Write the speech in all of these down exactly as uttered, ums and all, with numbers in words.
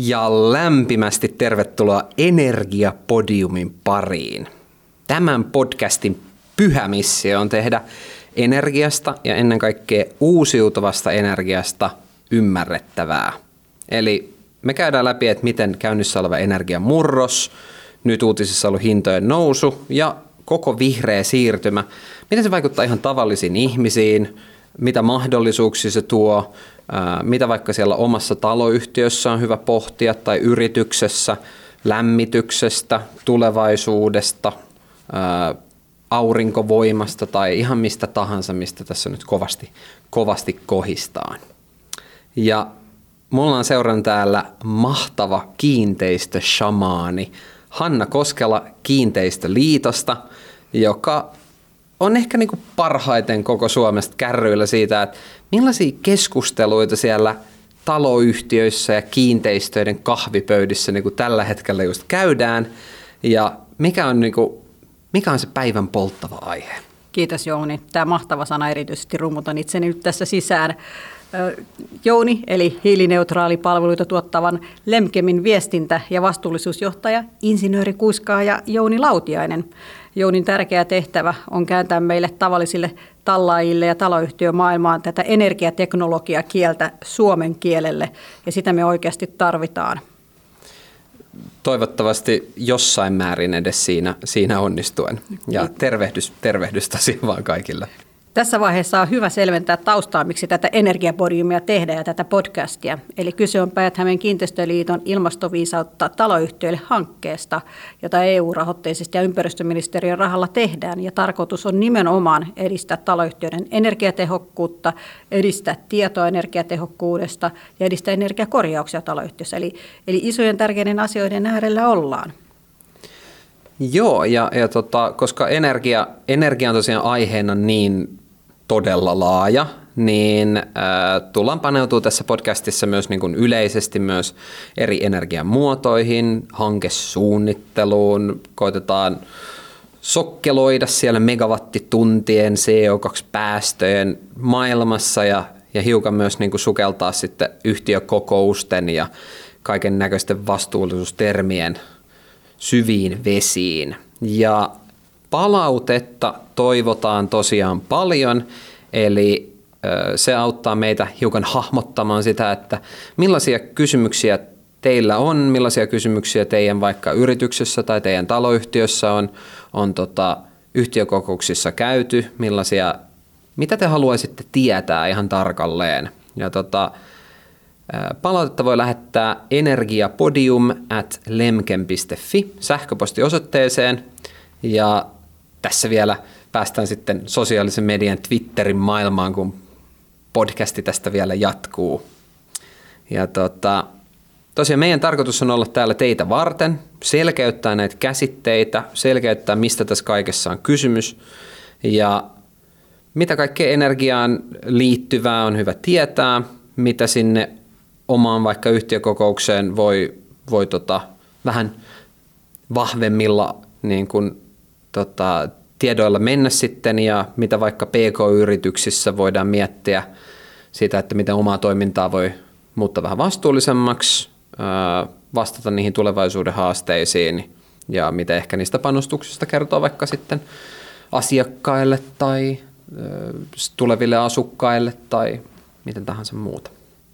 ja lämpimästi tervetuloa Energiapodiumin pariin. Tämän podcastin pyhä missio on tehdä energiasta ja ennen kaikkea uusiutuvasta energiasta ymmärrettävää. Eli me käydään läpi, että miten käynnissä oleva energiamurros, nyt uutisissa ollut hintojen nousu ja koko vihreä siirtymä, miten se vaikuttaa ihan tavallisiin ihmisiin, mitä mahdollisuuksia se tuo, mitä vaikka siellä omassa taloyhtiössä on hyvä pohtia tai yrityksessä, lämmityksestä, tulevaisuudesta, aurinkovoimasta tai ihan mistä tahansa, mistä tässä nyt kovasti, kovasti kohistaan. Ja mulla on seurannut täällä mahtava kiinteistöshamaani Hanna Koskela Kiinteistöliitosta, joka on ehkä niin kuin parhaiten koko Suomesta kärryillä siitä, että millaisia keskusteluita siellä taloyhtiöissä ja kiinteistöiden kahvipöydissä niin kuin tällä hetkellä just käydään ja mikä on, niin kuin, mikä on se päivän polttava aihe. Kiitos Jouni. Tämä mahtava sana erityisesti rummutan itseni nyt tässä sisään. Jouni, eli hiilineutraalipalveluita tuottavan Lemkemin viestintä- ja vastuullisuusjohtaja, insinöörikuiskaaja Jouni Lautiainen. Jounin tärkeä tehtävä on kääntää meille tavallisille tallaajille ja taloyhtiömaailmaan tätä energiateknologiakieltä suomen kielelle, ja sitä me oikeasti tarvitaan. Toivottavasti jossain määrin edes siinä, siinä onnistuen. Ja tervehdys, tervehdys tosiaan vaan kaikille. Tässä vaiheessa on hyvä selventää taustaa, miksi tätä Energiapodiumia tehdään ja tätä podcastia. Eli kyse on Päijät-Hämeen kiinteistöliiton ilmastoviisautta taloyhtiöille hankkeesta, jota E U-rahoitteisesti ja ympäristöministeriön rahalla tehdään. Ja tarkoitus on nimenomaan edistää taloyhtiöiden energiatehokkuutta, edistää tietoa energiatehokkuudesta ja edistää energiakorjauksia taloyhtiössä. Eli, eli isojen tärkeiden asioiden äärellä ollaan. Joo, ja, ja tota, koska energia, energia on tosiaan aiheena niin todella laaja, niin ää, tullaan paneutumaan tässä podcastissa myös niin kuin yleisesti myös eri energiamuotoihin, hankesuunnitteluun, koitetaan sokkeloida siellä megawattituntien C O kaksi -päästöjen maailmassa ja, ja hiukan myös niin kuin sukeltaa sitten yhtiökokousten ja kaiken näköisten vastuullisuustermien syviin vesiin. Ja palautetta toivotaan tosiaan paljon, eli se auttaa meitä hiukan hahmottamaan sitä, että millaisia kysymyksiä teillä on, millaisia kysymyksiä teidän vaikka yrityksessä tai teidän taloyhtiössä on, on tota, yhtiökokouksissa käyty, millaisia, mitä te haluaisitte tietää ihan tarkalleen. Ja tota, palautetta voi lähettää energiapodium at lemken piste fi sähköpostiosoitteeseen ja tässä vielä päästään sitten sosiaalisen median Twitterin maailmaan, kun podcasti tästä vielä jatkuu. Ja tota, tosiaan meidän tarkoitus on olla täällä teitä varten, selkeyttää näitä käsitteitä, selkeyttää mistä tässä kaikessa on kysymys ja mitä kaikkea energiaan liittyvää on hyvä tietää, mitä sinne omaan vaikka yhtiökokoukseen voi, voi tota, vähän vahvemmilla niin kun, tota, tiedoilla mennä sitten ja mitä vaikka P K-yrityksissä voidaan miettiä siitä, että miten omaa toimintaa voi muuttaa vähän vastuullisemmaksi, ää, vastata niihin tulevaisuuden haasteisiin ja mitä ehkä niistä panostuksista kertoo vaikka sitten asiakkaille tai ää, tuleville asukkaille tai miten tahansa muuta.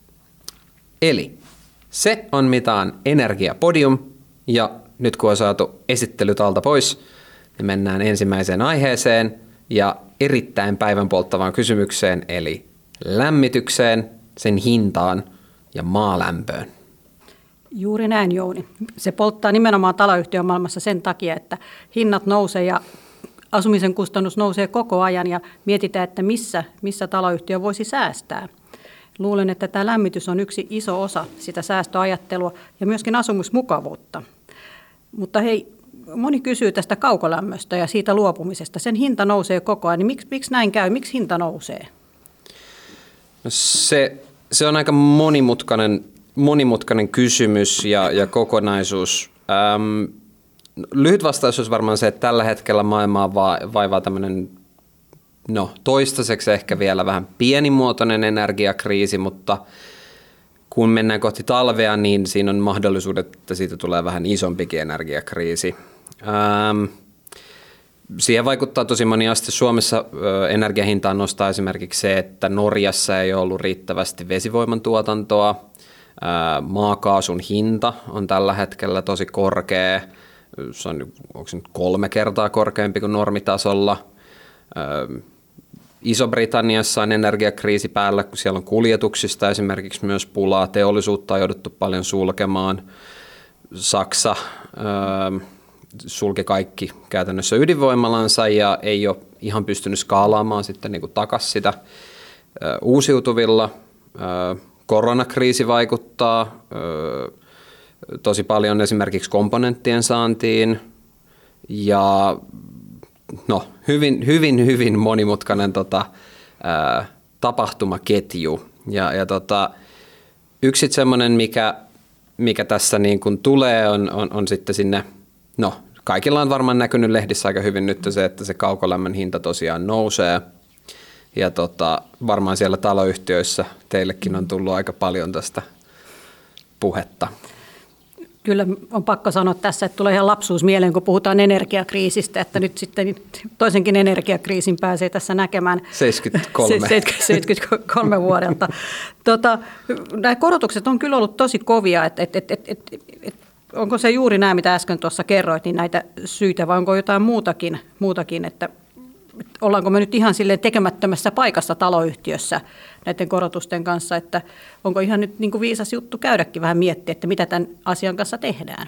Eli se on mitä on Energiapodium ja nyt kun on saatu esittelyt alta pois, niin mennään ensimmäiseen aiheeseen ja erittäin päivänpolttavaan kysymykseen eli lämmitykseen, sen hintaan ja maalämpöön. Juuri näin Jouni. Se polttaa nimenomaan taloyhtiön maailmassa sen takia, että hinnat nousee ja asumisen kustannus nousee koko ajan ja mietitään, että missä, missä taloyhtiö voisi säästää. Luulen, että tämä lämmitys on yksi iso osa sitä säästöajattelua ja myöskin asumismukavuutta. Mutta hei, moni kysyy tästä kaukolämmöstä ja siitä luopumisesta. Sen hinta nousee koko ajan, niin miksi, miksi näin käy? Miksi hinta nousee? No se, se on aika monimutkainen, monimutkainen kysymys ja, ja kokonaisuus. Ähm, lyhyt vastaus olisi varmaan se, että tällä hetkellä maailmaa vaivaa tämmöinen no, toistaiseksi ehkä vielä vähän pienimuotoinen energiakriisi, mutta kun mennään kohti talvea, niin siinä on mahdollisuudet, että siitä tulee vähän isompikin energiakriisi. Ähm, siihen vaikuttaa tosi moni aste. Suomessa ö, energiahintaan nostaa esimerkiksi se, että Norjassa ei ole ollut riittävästi vesivoiman tuotantoa. Ö, maakaasun hinta on tällä hetkellä tosi korkea. Se on, onko se nyt kolme kertaa korkeampi kuin normitasolla. Ö, Iso-Britanniassa on energiakriisi päällä, kun siellä on kuljetuksista esimerkiksi myös pulaa. Teollisuutta on jouduttu paljon sulkemaan. Saksa ö, sulki kaikki käytännössä ydinvoimalansa ja ei ole ihan pystynyt skaalaamaan sitten niin kuin takaisin sitä ö, uusiutuvilla. Ö, koronakriisi vaikuttaa ö, tosi paljon esimerkiksi komponenttien saantiin ja no, hyvin, hyvin, hyvin monimutkainen tota, ää, tapahtumaketju. Ja, ja tota, yksi semmoinen, mikä, mikä tässä niin kuin tulee, on, on, on sitten sinne, no kaikilla on varmaan näkynyt lehdissä aika hyvin nyt se, että se kaukolämmön hinta tosiaan nousee. Ja tota, varmaan siellä taloyhtiöissä teillekin on tullut aika paljon tästä puhetta. Kyllä on pakko sanoa tässä, että tulee ihan lapsuus mieleen, kun puhutaan energiakriisistä, että nyt sitten toisenkin energiakriisin pääsee tässä näkemään. seitsemänkymmentäkolme. seitsemänkymmentäkolme vuodelta. Tota, nämä korotukset on kyllä ollut tosi kovia, että et, et, et, et, et, onko se juuri nämä, mitä äsken tuossa kerroit, niin näitä syitä, vai onko jotain muutakin, muutakin että ollaanko me nyt ihan silleen tekemättömässä paikassa taloyhtiössä näiden korotusten kanssa, että onko ihan nyt niin kuin viisas juttu käydäkin vähän miettiä, että mitä tämän asian kanssa tehdään?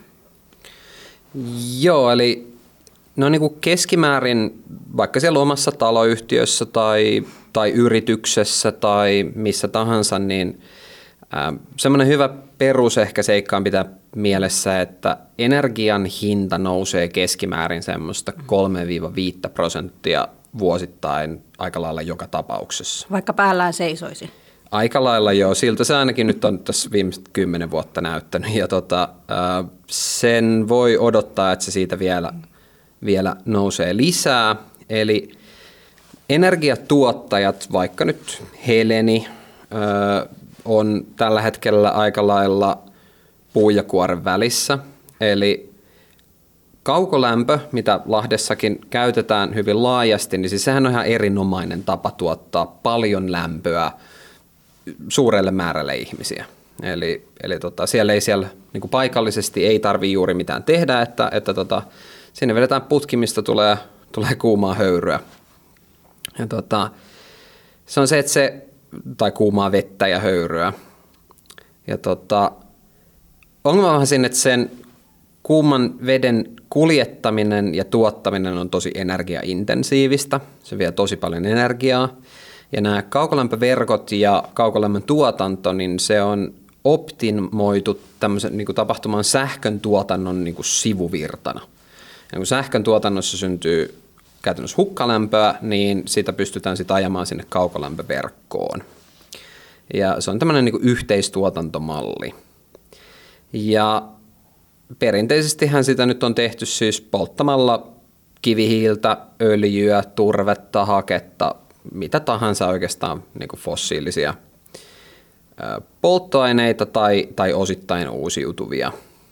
Joo, eli no niin kuin keskimäärin vaikka siellä omassa taloyhtiössä tai, tai yrityksessä tai missä tahansa, niin äh, semmoinen hyvä perus ehkä seikkaan pitää mielessä, että energian hinta nousee keskimäärin semmoista kolme viisi prosenttia vuosittain aika lailla joka tapauksessa. Vaikka päällään seisoisi. Aika lailla joo, siltä se ainakin nyt on tässä viimeiset kymmenen vuotta näyttänyt ja tota, sen voi odottaa, että se siitä vielä, vielä nousee lisää. Eli energiatuottajat, vaikka nyt Heleni, on tällä hetkellä aika lailla puun ja kuoren välissä, eli kaukolämpö, mitä Lahdessakin käytetään hyvin laajasti, niin siis sehän on ihan erinomainen tapa tuottaa paljon lämpöä suurelle määrälle ihmisiä. Eli, eli tota, siellä ei siellä niin kuin paikallisesti ei tarvitse juuri mitään tehdä, että, että tota, sinne vedetään putki, mistä tulee, tulee kuumaa höyryä. Ja tota, se on se, että se, tai kuumaa vettä ja höyryä. Ja tota, ongelma on vähän siinä, että sen kuuman veden kuljettaminen ja tuottaminen on tosi energiaintensiivistä. Se vie tosi paljon energiaa. Ja nämä kaukolämpöverkot ja kaukolämmön tuotanto, niin se on optimoitu tämmöisen niin kuin tapahtumaan sähkön tuotannon niin kuin sivuvirtana. Ja kun sähkön tuotannossa syntyy käytännössä hukkalämpöä, niin sitä pystytään sitten ajamaan sinne kaukolämpöverkkoon. Ja se on tämmöinen niin kuin yhteistuotantomalli. Ja perinteisestihän sitä nyt on tehty siis polttamalla kivihiiltä, öljyä, turvetta, haketta, mitä tahansa oikeastaan niin kuin fossiilisia polttoaineita tai, tai osittain uusiutuvia.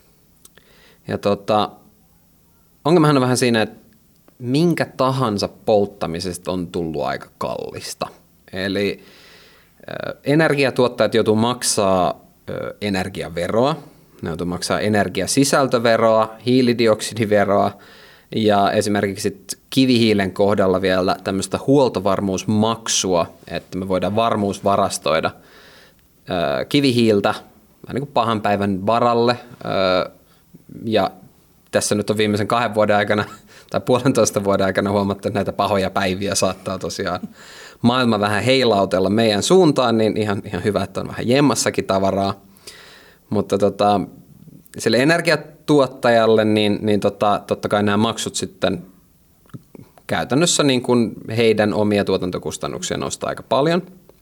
Ja tota, ongelmahan on vähän siinä, että minkä tahansa polttamisesta on tullut aika kallista. Eli ä, energiatuottajat joutuu maksaa ä, energiaveroa, ne joutuu maksaa energiasisältöveroa, hiilidioksidiveroa ja esimerkiksi kivihiilen kohdalla vielä tämmöistä huoltovarmuusmaksua, että me voidaan varmuusvarastoida ä, kivihiiltä vähän niin kuin pahan päivän varalle ä, ja tässä nyt on viimeisen kahden vuoden aikana tai puolentoista vuoden aikana huomattu, että näitä pahoja päiviä saattaa tosiaan maailma vähän heilautella meidän suuntaan, niin ihan, ihan hyvä, että on vähän jemmassakin tavaraa. Mutta tota, sille energiatuottajalle, niin, niin tota, totta kai nämä maksut sitten käytännössä niin kuin heidän omia tuotantokustannuksia nostaa aika paljon.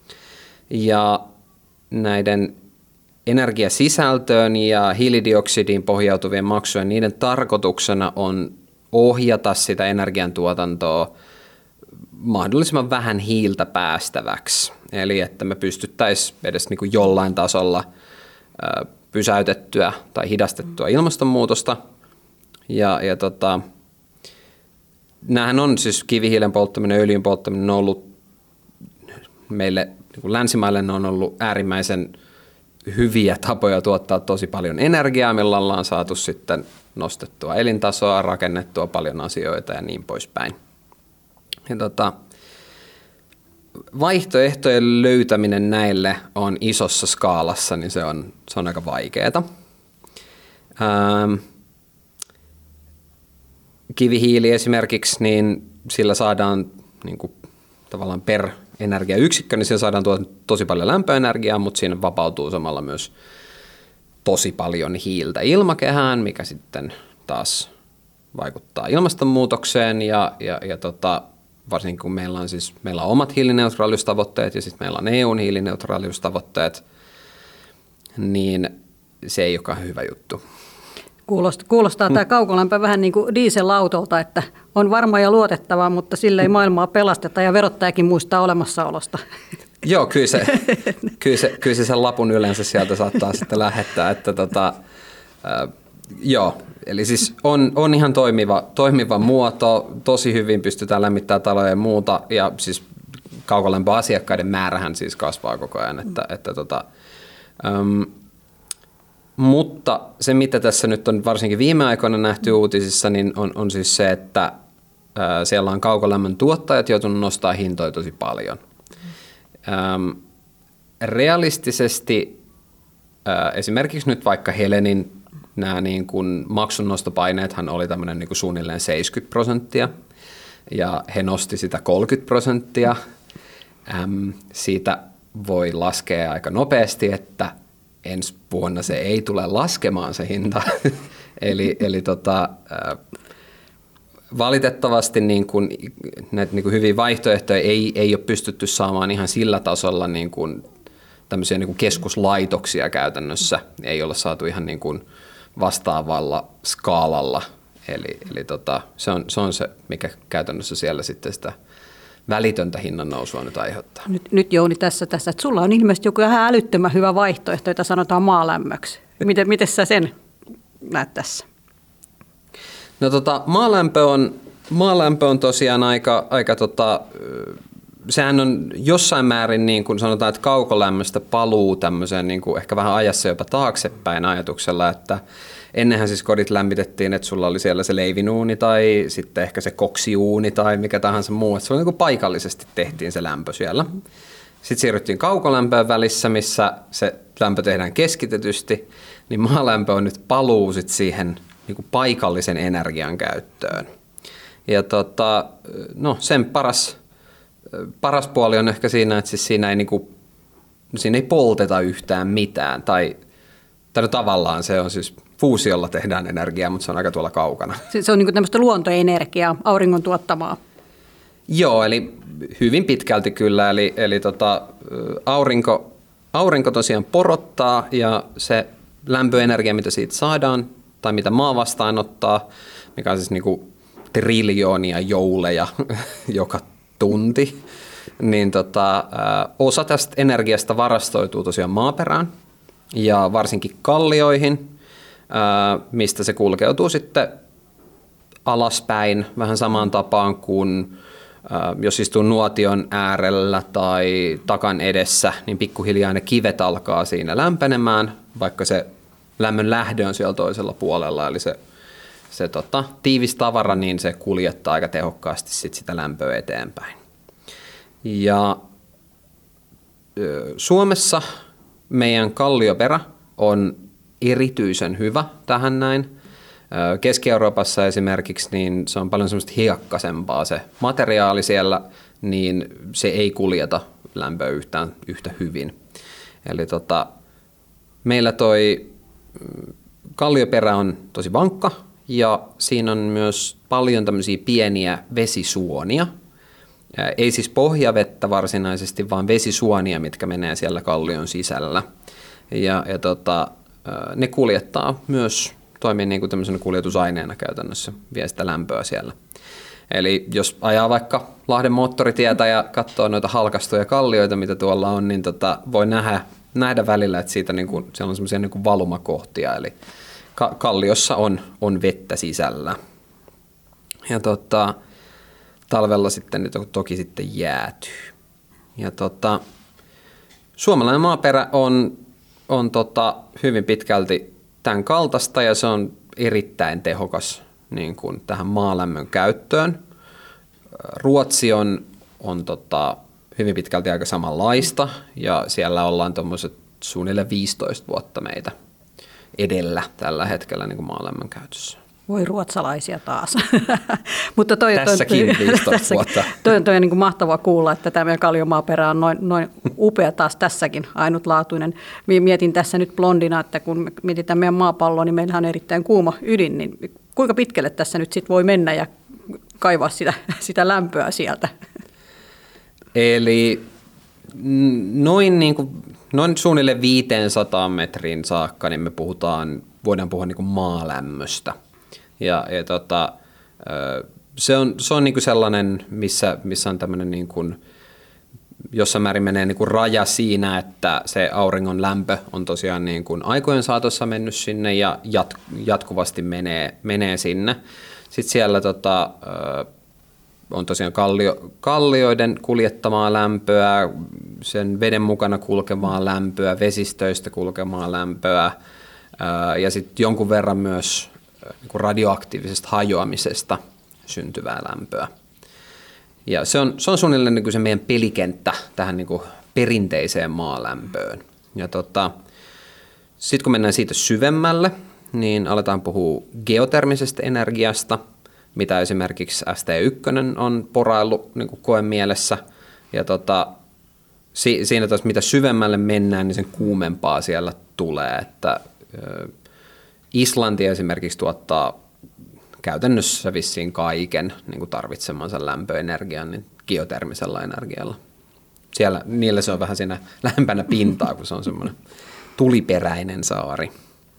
Ja näiden energiasisältöön ja hiilidioksidiin pohjautuvien maksujen, niiden tarkoituksena on ohjata sitä energiantuotantoa mahdollisimman vähän hiiltä päästäväksi. Eli että me pystyttäisiin edes niin kuin jollain tasolla pysäytettyä tai hidastettua ilmastonmuutosta. Ja, ja tota, näähän on siis kivihiilen polttaminen, öljyn polttaminen on ollut meille niin kuin länsimaille ne on ollut äärimmäisen hyviä tapoja tuottaa tosi paljon energiaa, millä ollaan saatu sitten nostettua elintasoa, rakennettua paljon asioita ja niin poispäin. Ja tota, vaihtoehtojen löytäminen näille on isossa skaalassa, niin se on, se on aika vaikeaa. Ähm, kivihiili esimerkiksi, niin sillä saadaan niin kuin, tavallaan per energiayksikkö, niin sillä saadaan tosi paljon lämpöenergiaa, mutta siinä vapautuu samalla myös tosi paljon hiiltä ilmakehään, mikä sitten taas vaikuttaa ilmastonmuutokseen ja, ja, ja tota, varsinkin kun meillä on, siis, meillä on omat hiilineutraaliustavoitteet ja sitten meillä on E U:n hiilineutraaliustavoitteet, niin se ei olekaan hyvä juttu. Kuulostaa, kuulostaa tämä kaukolämpö vähän niin kuin dieselautolta, että on varma ja luotettava, mutta sillä ei maailmaa pelasteta ja verottajakin muistaa olemassaolosta. Joo, kyllä se, kyllä, se, kyllä se sen lapun yleensä sieltä saattaa sitten lähettää. Että tota, äh, joo, eli siis on, on ihan toimiva, toimiva muoto, tosi hyvin pystytään lämmittämään taloja ja muuta, ja siis kaukolämpöasiakkaiden määrähän siis kasvaa koko ajan, että, että tota, ähm, mutta se, mitä tässä nyt on varsinkin viime aikoina nähty uutisissa, niin on, on siis se, että ää, siellä on kaukolämmön tuottajat joutunut nostamaan hintoja tosi paljon. Ähm, realistisesti ää, esimerkiksi nyt vaikka Helenin nämä niin kuin maksunnostopaineethan oli tämmöinen niin kuin suunnilleen seitsemänkymmentä prosenttia, ja he nosti sitä kolmekymmentä prosenttia. Ähm, siitä voi laskea aika nopeasti, että ensi vuonna se ei tule laskemaan se hinta. eli eli tota, valitettavasti niin kun, näitä niin kun hyviä vaihtoehtoja ei, ei ole pystytty saamaan ihan sillä tasolla niin kun, tämmöisiä niin kun keskuslaitoksia käytännössä. Ei ole saatu ihan niin kun vastaavalla skaalalla. Eli, eli tota, se, on, se on se, mikä käytännössä siellä sitten sitä välitöntä hinnan nousua nyt aiheuttaa. Nyt, nyt Jouni tässä, tässä, että sulla on ilmeisesti joku ihan älyttömän hyvä vaihtoehto, jota sanotaan maalämmöksi. Miten, miten sä sen näet tässä? No tota, maalämpö on, maalämpö on tosiaan aika, aika tota, sehän on jossain määrin niin kuin sanotaan, että kaukolämmöstä paluu tämmöiseen niin kuin ehkä vähän ajassa jopa taaksepäin ajatuksella, että ennenhän siis kodit lämmitettiin, että sulla oli siellä se leivinuuni tai sitten ehkä se koksiuuni tai mikä tahansa muu, että se oli niin kuin paikallisesti tehtiin se lämpö siellä. Sitten siirryttiin kaukolämpöön välissä, missä se lämpö tehdään keskitetysti, niin maalämpö on nyt paluu sit siihen niin kuin paikallisen energian käyttöön. Ja tota, no sen paras, paras puoli on ehkä siinä, että siis siinä, ei niin kuin, siinä ei polteta yhtään mitään tai, tai no tavallaan se on siis fuusiolla tehdään energiaa, mutta se on aika tuolla kaukana. Se, se on niin kuin tämmöistä luontoenergiaa, auringon tuottamaa. Joo, eli hyvin pitkälti kyllä. Eli, eli tota, aurinko, aurinko tosiaan porottaa ja se lämpöenergia, mitä siitä saadaan tai mitä maa vastaanottaa, mikä on siis niin kuin triljoonia jouleja joka tunti, niin tota, osa tästä energiasta varastoituu tosiaan maaperään ja varsinkin kallioihin, mistä se kulkeutuu sitten alaspäin vähän samaan tapaan kuin jos istuu nuotion äärellä tai takan edessä, niin pikkuhiljaa ne kivet alkaa siinä lämpenemään, vaikka se lämmön lähde on siellä toisella puolella, eli se, se tota, tiivis tavara, niin se kuljettaa aika tehokkaasti sit sitä lämpöä eteenpäin. Ja Suomessa meidän kallioperä on erityisen hyvä tähän näin. Keski-Euroopassa esimerkiksi niin se on paljon semmoista hiekkaisempaa se materiaali siellä, niin se ei kuljeta lämpöä yhtään yhtä hyvin. Eli tota, meillä toi kallioperä on tosi vankka ja siinä on myös paljon tämmöisiä pieniä vesisuonia. Ei siis pohjavettä varsinaisesti, vaan vesisuonia, mitkä menee siellä kallion sisällä. Ja, ja tota, ne kuljettaa myös, toimii niin kuin tämmöisenä kuljetusaineena käytännössä, vie sitä lämpöä siellä. Eli jos ajaa vaikka Lahden moottoritietä ja katsoo noita halkastuja kallioita, mitä tuolla on, niin tota, voi nähdä nähdä välillä, että siitä niin kuin, siellä on semmoisia niin kuin valumakohtia, eli ka- kalliossa on, on vettä sisällä. Ja tota, talvella sitten to- toki sitten jäätyy. Ja tota, suomalainen maaperä on, on tota, hyvin pitkälti tämän kaltaista ja se on erittäin tehokas niin kuin tähän maalämmön käyttöön. Ruotsi on, on tota, hyvin pitkälti aika samanlaista ja siellä ollaan tuommoiset suunnilleen viisitoista vuotta meitä edellä tällä hetkellä niin kuin maalämmön käytössä. Voi ruotsalaisia taas. Mutta toi, Tässäkin toi, viisitoista tässäkin. Vuotta. Toi, toi on niin kuin mahtavaa kuulla, että tämä meidän kalliomaaperä on noin, noin upea taas tässäkin, ainutlaatuinen. Mietin tässä nyt blondina, että kun mietitään meidän maapalloa, niin meillä on erittäin kuuma ydin, niin kuinka pitkälle tässä nyt sit voi mennä ja kaivaa sitä, sitä lämpöä sieltä? Eli noin, niin kuin, noin suunnilleen viisisataa metrin saakka, niin me puhutaan, voidaan puhua niin kuin maalämmöstä. Ja, ja tota, se on, se on niin kuin sellainen, missä, missä on tämmöinen niin kuin, jossain määrin menee niin kuin raja siinä, että se auringon lämpö on tosiaan niin kuin aikojen saatossa mennyt sinne ja jat, jatkuvasti menee, menee sinne. Sitten siellä tota, on tosiaan kallio, kallioiden kuljettamaa lämpöä, sen veden mukana kulkemaa lämpöä, vesistöistä kulkemaa lämpöä ja sitten jonkun verran myös radioaktiivisesta hajoamisesta syntyvää lämpöä. Ja se on, se on suunnilleen niin kuin se meidän pelikenttä tähän niin kuin perinteiseen maalämpöön. Ja tota, sitten kun mennään siitä syvemmälle, niin aletaan puhua geotermisestä energiasta, mitä esimerkiksi S T yksi on poraillut niin kuin koemielessä. Ja tota, si, siinä taas mitä syvemmälle mennään, niin sen kuumempaa siellä tulee. Että, ö, Islanti esimerkiksi tuottaa käytännössä vissiin kaiken niin kuin tarvitsemansa lämpöenergian niin geotermisella energialla. Siellä, niillä se on vähän siinä lähempänä pintaa, kun se on semmoinen tuliperäinen saari.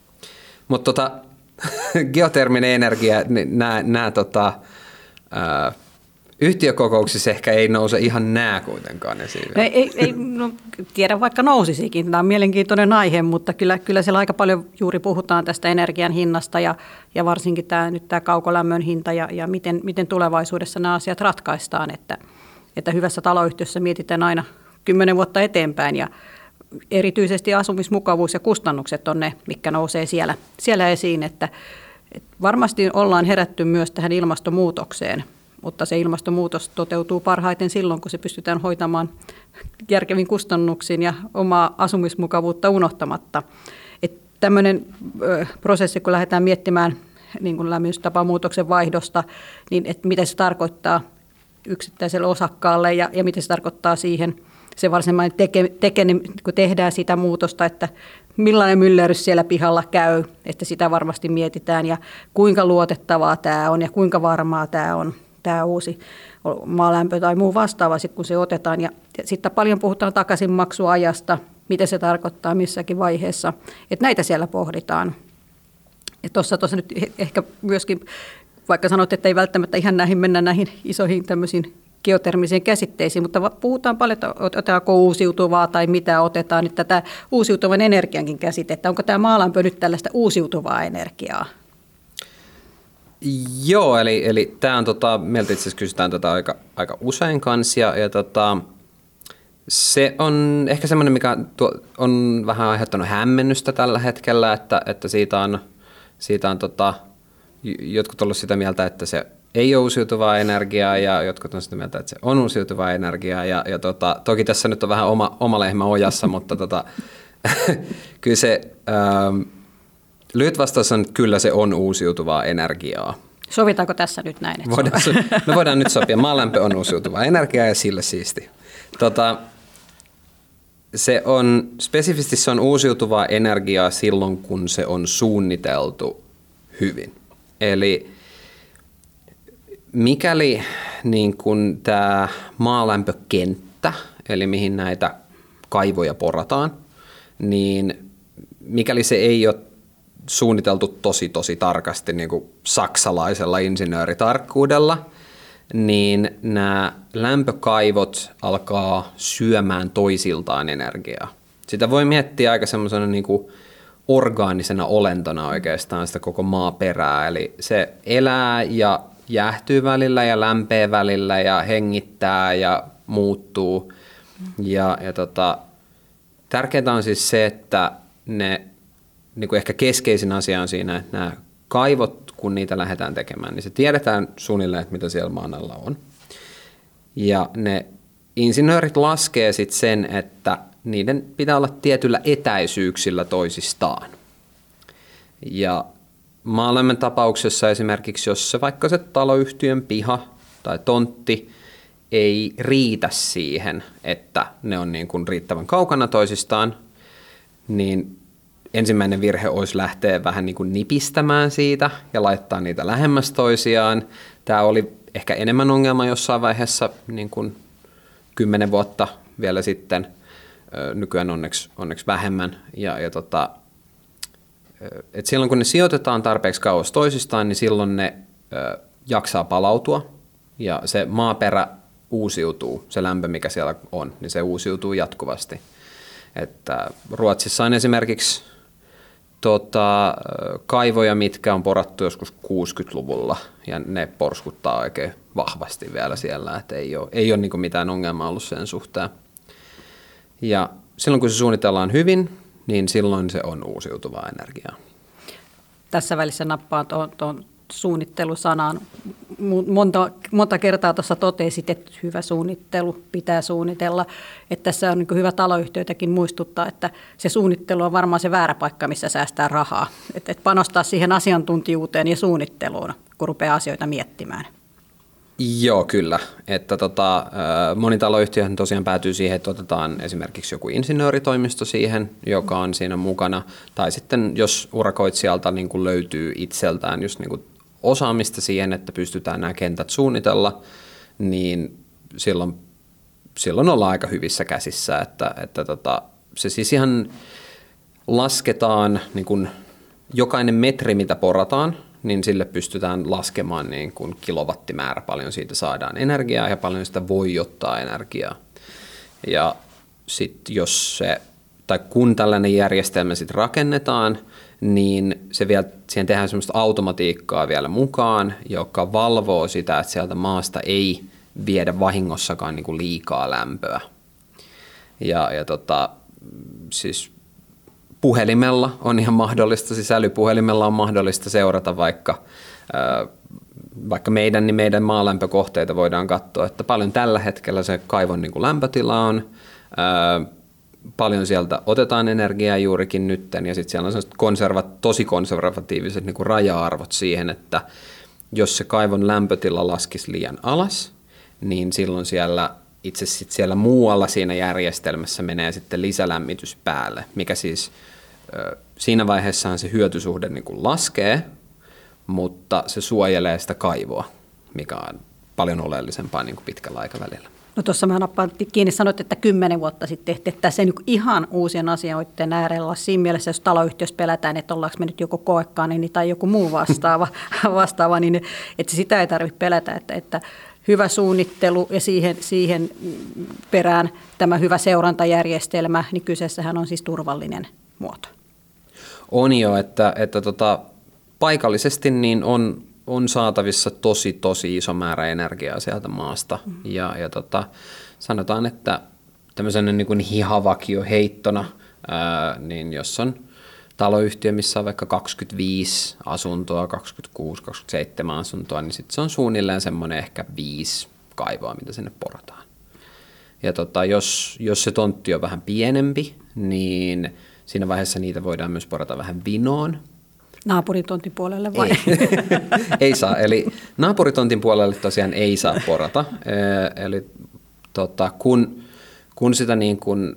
Mutta tota, geoterminen energia, nämä, nämä tota, ää, yhtiökokouksissa ehkä ei nouse ihan nää kuitenkaan esiin. Ei, ei, ei no, tiedä vaikka nousisikin. Tämä on mielenkiintoinen aihe, mutta kyllä, kyllä siellä aika paljon juuri puhutaan tästä energian hinnasta ja, ja varsinkin tämä, nyt tämä kaukolämmön hinta ja, ja miten, miten tulevaisuudessa nämä asiat ratkaistaan. Että, että hyvässä taloyhtiössä mietitään aina kymmenen vuotta eteenpäin ja erityisesti asumismukavuus ja kustannukset on ne, mitkä nousee siellä, siellä esiin. Että, että varmasti ollaan herätty myös tähän ilmastonmuutokseen. Mutta se ilmastonmuutos toteutuu parhaiten silloin, kun se pystytään hoitamaan järkevin kustannuksiin ja omaa asumismukavuutta unohtamatta. Että tämmöinen ö, prosessi, kun lähdetään miettimään niin kuin lämmitystapamuutoksen vaihdosta, niin että mitä se tarkoittaa yksittäiselle osakkaalle ja, ja mitä se tarkoittaa siihen se varsinainen teke, teke, kun tehdään sitä muutosta, että millainen myllerrys siellä pihalla käy, että sitä varmasti mietitään ja kuinka luotettavaa tämä on ja kuinka varmaa tämä on. Tämä uusi maalämpö tai muu vastaava, kun se otetaan. Ja sitten paljon puhutaan takaisinmaksuajasta, mitä se tarkoittaa missäkin vaiheessa. Että näitä siellä pohditaan. Tuossa nyt ehkä myöskin, vaikka sanot, että ei välttämättä ihan näihin mennä näihin isoihin tämmöisiin geotermisiin käsitteisiin, mutta puhutaan paljon, että otetaanko uusiutuvaa tai mitä otetaan. Nyt tätä uusiutuvan energiankin käsitettä. Onko tämä maalämpö nyt tällaista uusiutuvaa energiaa? Joo, eli, eli tämä on, tota, meiltä itse asiassa kysytään tätä aika, aika usein kanssa, ja, ja tota, se on ehkä semmoinen, mikä tuo, on vähän aiheuttanut hämmennystä tällä hetkellä, että, että siitä on, siitä on tota, jotkut ollut sitä mieltä, että se ei ole uusiutuvaa energiaa, ja jotkut on sitä mieltä, että se on uusiutuvaa energiaa, ja, ja tota, toki tässä nyt on vähän oma, oma lehmä ojassa, mutta tota, kyllä se... Ähm, lyhyt vastaus on, että kyllä se on uusiutuvaa energiaa. Sovitaanko tässä nyt näin? Voidaan, me voidaan nyt sopia. Maalämpö on uusiutuvaa energiaa ja sille siisti. Tota, se on, spesifisti se on uusiutuvaa energiaa silloin, kun se on suunniteltu hyvin. Eli mikäli niin kun tämä maalämpökenttä, eli mihin näitä kaivoja porataan, niin mikäli se ei ole suunniteltu tosi tosi tarkasti niin kuin saksalaisella insinööritarkkuudella, niin nämä lämpökaivot alkaa syömään toisiltaan energiaa. Sitä voi miettiä aika semmoisena niin kuin orgaanisena olentona oikeastaan sitä koko maaperää, eli se elää ja jäähtyy välillä ja lämpee välillä ja hengittää ja muuttuu. Ja, ja tota, tärkeintä on siis se, että ne, niin kuin ehkä keskeisin asia on siinä, että nämä kaivot, kun niitä lähdetään tekemään, niin se tiedetään suunnilleen, että mitä siellä maan alla on. Ja ne insinöörit laskee sitten sen, että niiden pitää olla tietyllä etäisyyksillä toisistaan. Ja maalämmön tapauksessa esimerkiksi, jos se vaikka se taloyhtiön piha tai tontti ei riitä siihen, että ne on niin kuin riittävän kaukana toisistaan, niin ensimmäinen virhe olisi lähteä vähän niin kuin nipistämään siitä ja laittaa niitä lähemmäs toisiaan. Tämä oli ehkä enemmän ongelma jossain vaiheessa niin kuin kymmenen vuotta vielä sitten, nykyään onneksi, onneksi vähemmän. Ja, ja tota, et silloin kun ne sijoitetaan tarpeeksi kauas toisistaan, niin silloin ne ö, jaksaa palautua ja se maaperä uusiutuu, se lämpö mikä siellä on, niin se uusiutuu jatkuvasti. Että Ruotsissa on esimerkiksi tota, kaivoja, mitkä on porattu joskus kuusikymmentäluvulla ja ne porskuttaa oikein vahvasti vielä siellä, että ei ole, ei ole niin kuin mitään ongelmaa ollut sen suhteen. Ja silloin kun se suunnitellaan hyvin, niin silloin se on uusiutuvaa energiaa. Tässä välissä nappaan tuon, tuon suunnittelusanaan. Monta, monta kertaa tuossa totesit, että hyvä suunnittelu pitää suunnitella. Että tässä on niin kuin hyvä taloyhtiöitäkin muistuttaa, että se suunnittelu on varmaan se väärä paikka, missä säästää rahaa. Että et panostaa siihen asiantuntijuuteen ja suunnitteluun, kun rupeaa asioita miettimään. Joo, kyllä. Että tota, moni taloyhtiöhän tosiaan päätyy siihen, että otetaan esimerkiksi joku insinööritoimisto siihen, joka on siinä mukana. Tai sitten jos urakoitsijalta niin kuin löytyy itseltään just niin kuin osaamista siihen, että pystytään nämä kentät suunnitella, niin silloin, silloin ollaan aika hyvissä käsissä. Että, että tota, se siis ihan lasketaan niin kuin jokainen metri, mitä porataan, niin sille pystytään laskemaan niin kuin kilowattimäärä, paljon siitä saadaan energiaa ja paljon sitä voi ottaa energiaa. Ja sitten jos se, tai kun tällainen järjestelmä sitten rakennetaan, niin se vielä, siihen tehdään semmoista automatiikkaa vielä mukaan, joka valvoo sitä, että sieltä maasta ei viedä vahingossakaan niin kuin liikaa lämpöä. Ja, ja tota, siis puhelimella on ihan mahdollista, siis älypuhelimella on mahdollista seurata vaikka, vaikka meidän, niin meidän maalämpökohteita voidaan katsoa, että paljon tällä hetkellä se kaivon niin kuin lämpötila on, paljon sieltä otetaan energiaa juurikin nytten, ja sitten siellä on konservat, tosi konservatiiviset niin kuin raja-arvot siihen, että jos se kaivon lämpötila laskisi liian alas, niin silloin siellä itse sitten siellä muualla siinä järjestelmässä menee sitten lisälämmitys päälle, mikä siis siinä vaiheessahan se hyötysuhde niin kuin laskee, mutta se suojelee sitä kaivoa, mikä on paljon oleellisempaa niin kuin pitkällä aikavälillä. No tuossa mä nappaan kiinni, sanoit, että kymmenen vuotta sitten tehtiin, että tässä ei niin ihan uusien asioiden äärellä olla siinä mielessä, jos taloyhtiössä pelätään, että ollaanko me nyt joku koekaanini tai joku muu vastaava, vastaava niin että sitä ei tarvitse pelätä, että, että hyvä suunnittelu ja siihen, siihen perään tämä hyvä seurantajärjestelmä, niin kyseessähän on siis turvallinen muoto. On jo, että, että tota, paikallisesti niin on, on saatavissa tosi, tosi iso määrä energiaa sieltä maasta. Mm. Ja, ja tota, sanotaan, että tämmöisenä niin kuin hihavakioheittona, ää, niin jos on taloyhtiö, missä on vaikka kaksikymmentäviisi asuntoa, kaksikymmentäkuusi kaksikymmentäseitsemän asuntoa, niin sitten se on suunnilleen semmoinen ehkä viisi kaivoa, mitä sinne porataan. Ja tota, jos, jos se tontti on vähän pienempi, niin siinä vaiheessa niitä voidaan myös porata vähän vinoon. Naapuritontin puolelle vai? Ei, ei saa, eli naapuritontin puolelle tosiaan ei saa porata. Eli tota, kun, kun sitä niin kuin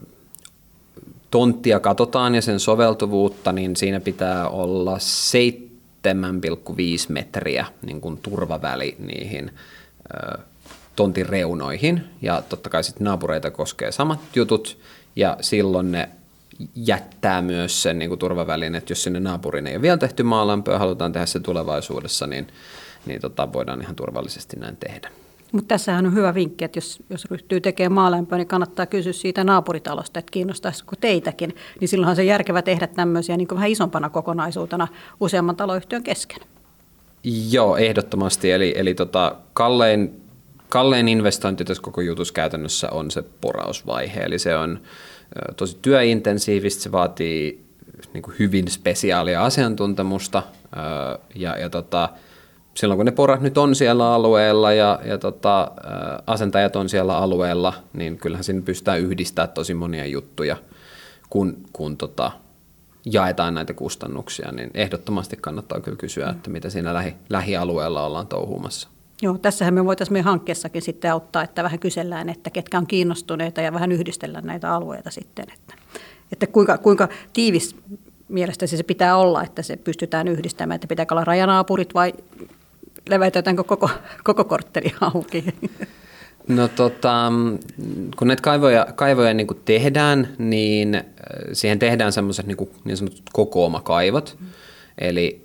tonttia katsotaan ja sen soveltuvuutta, niin siinä pitää olla seitsemän pilkku viisi metriä niin kuin turvaväli niihin ö, tontin reunoihin. Ja totta kai sitten naapureita koskee samat jutut, ja silloin ne jättää myös sen niin kuin turvavälin, että jos sinne naapuriin ei ole vielä tehty maalämpöä, halutaan tehdä se tulevaisuudessa, niin, niin tota, voidaan ihan turvallisesti näin tehdä. Mutta tässähän on hyvä vinkki, että jos, jos ryhtyy tekemään maalämpöä, niin kannattaa kysyä siitä naapuritalosta, että kiinnostaisiko teitäkin. Niin silloinhan se on järkevä tehdä tämmöisiä niin kuin vähän isompana kokonaisuutena useamman taloyhtiön kesken. Joo, ehdottomasti. Eli, eli tota, kallein, kallein investointi tässä koko jutussa käytännössä on se porausvaihe. Eli se on ö, tosi työintensiivistä, se vaatii niin kuin hyvin spesiaalia asiantuntemusta ö, ja, ja tota, silloin kun ne porat nyt on siellä alueella ja, ja tota, asentajat on siellä alueella, niin kyllähän siinä pystytään yhdistämään tosi monia juttuja, kun, kun tota, jaetaan näitä kustannuksia, niin ehdottomasti kannattaa kyllä kysyä, että mitä siinä lähi, lähialueella ollaan touhuumassa. Joo, tässähän me voitaisiin meidän hankkeessakin sitten auttaa, että vähän kysellään, että ketkä on kiinnostuneita ja vähän yhdistellään näitä alueita sitten, että, että kuinka, kuinka tiivis mielestäsi se pitää olla, että se pystytään yhdistämään, että pitääkö olla rajanaapurit vai leväytetäänkö koko, koko kortteli auki? No tota, kun näitä kaivoja, kaivoja niin kuin tehdään, niin siihen tehdään semmoiset niin, kuin, niin sanotut kokoomakaivot. Mm. Eli,